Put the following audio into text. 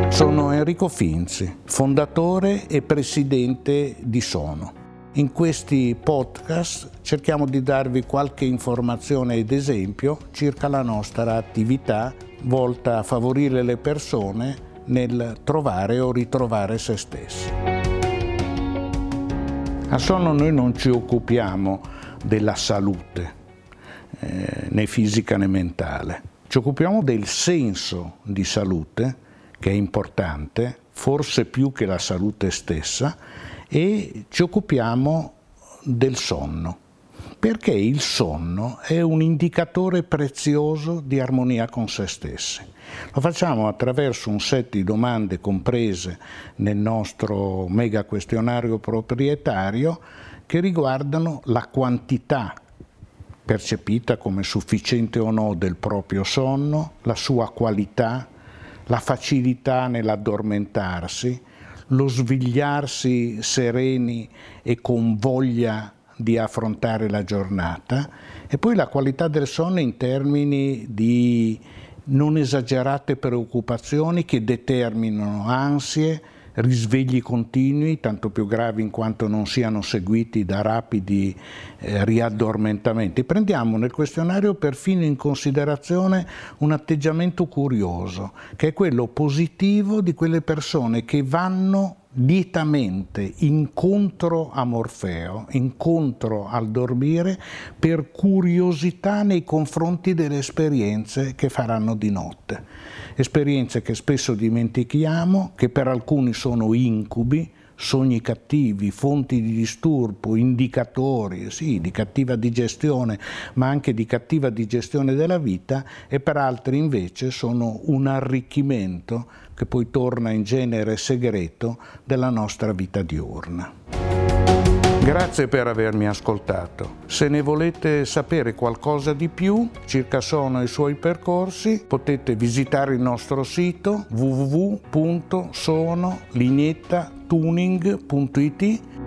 Sono Enrico Finzi, fondatore e presidente di Sono. In questi podcast cerchiamo di darvi qualche informazione ed esempio circa la nostra attività volta a favorire le persone nel trovare o ritrovare se stessi. A Sono noi non ci occupiamo della salute, né fisica né mentale. Ci occupiamo del senso di salute, che è importante, forse più che la salute stessa, e ci occupiamo del sonno, perché il sonno è un indicatore prezioso di armonia con se stessi. Lo facciamo attraverso un set di domande comprese nel nostro mega questionario proprietario che riguardano la quantità percepita come sufficiente o no del proprio sonno, la sua qualità, la facilità nell'addormentarsi, lo svegliarsi sereni e con voglia di affrontare la giornata, e poi la qualità del sonno in termini di non esagerate preoccupazioni che determinano ansie, risvegli continui, tanto più gravi in quanto non siano seguiti da rapidi riaddormentamenti. Prendiamo nel questionario perfino in considerazione un atteggiamento curioso, che è quello positivo di quelle persone che vanno lietamente incontro a Morfeo, incontro al dormire, per curiosità nei confronti delle esperienze che faranno di notte. Esperienze che spesso dimentichiamo, che per alcuni sono incubi, sogni cattivi, fonti di disturbo, indicatori, sì, di cattiva digestione, ma anche di cattiva digestione della vita, e per altri invece sono un arricchimento che poi torna in genere segreto della nostra vita diurna. Grazie per avermi ascoltato. Se ne volete sapere qualcosa di più circa Sono e i suoi percorsi, potete visitare il nostro sito www.sonoliniettatuning.it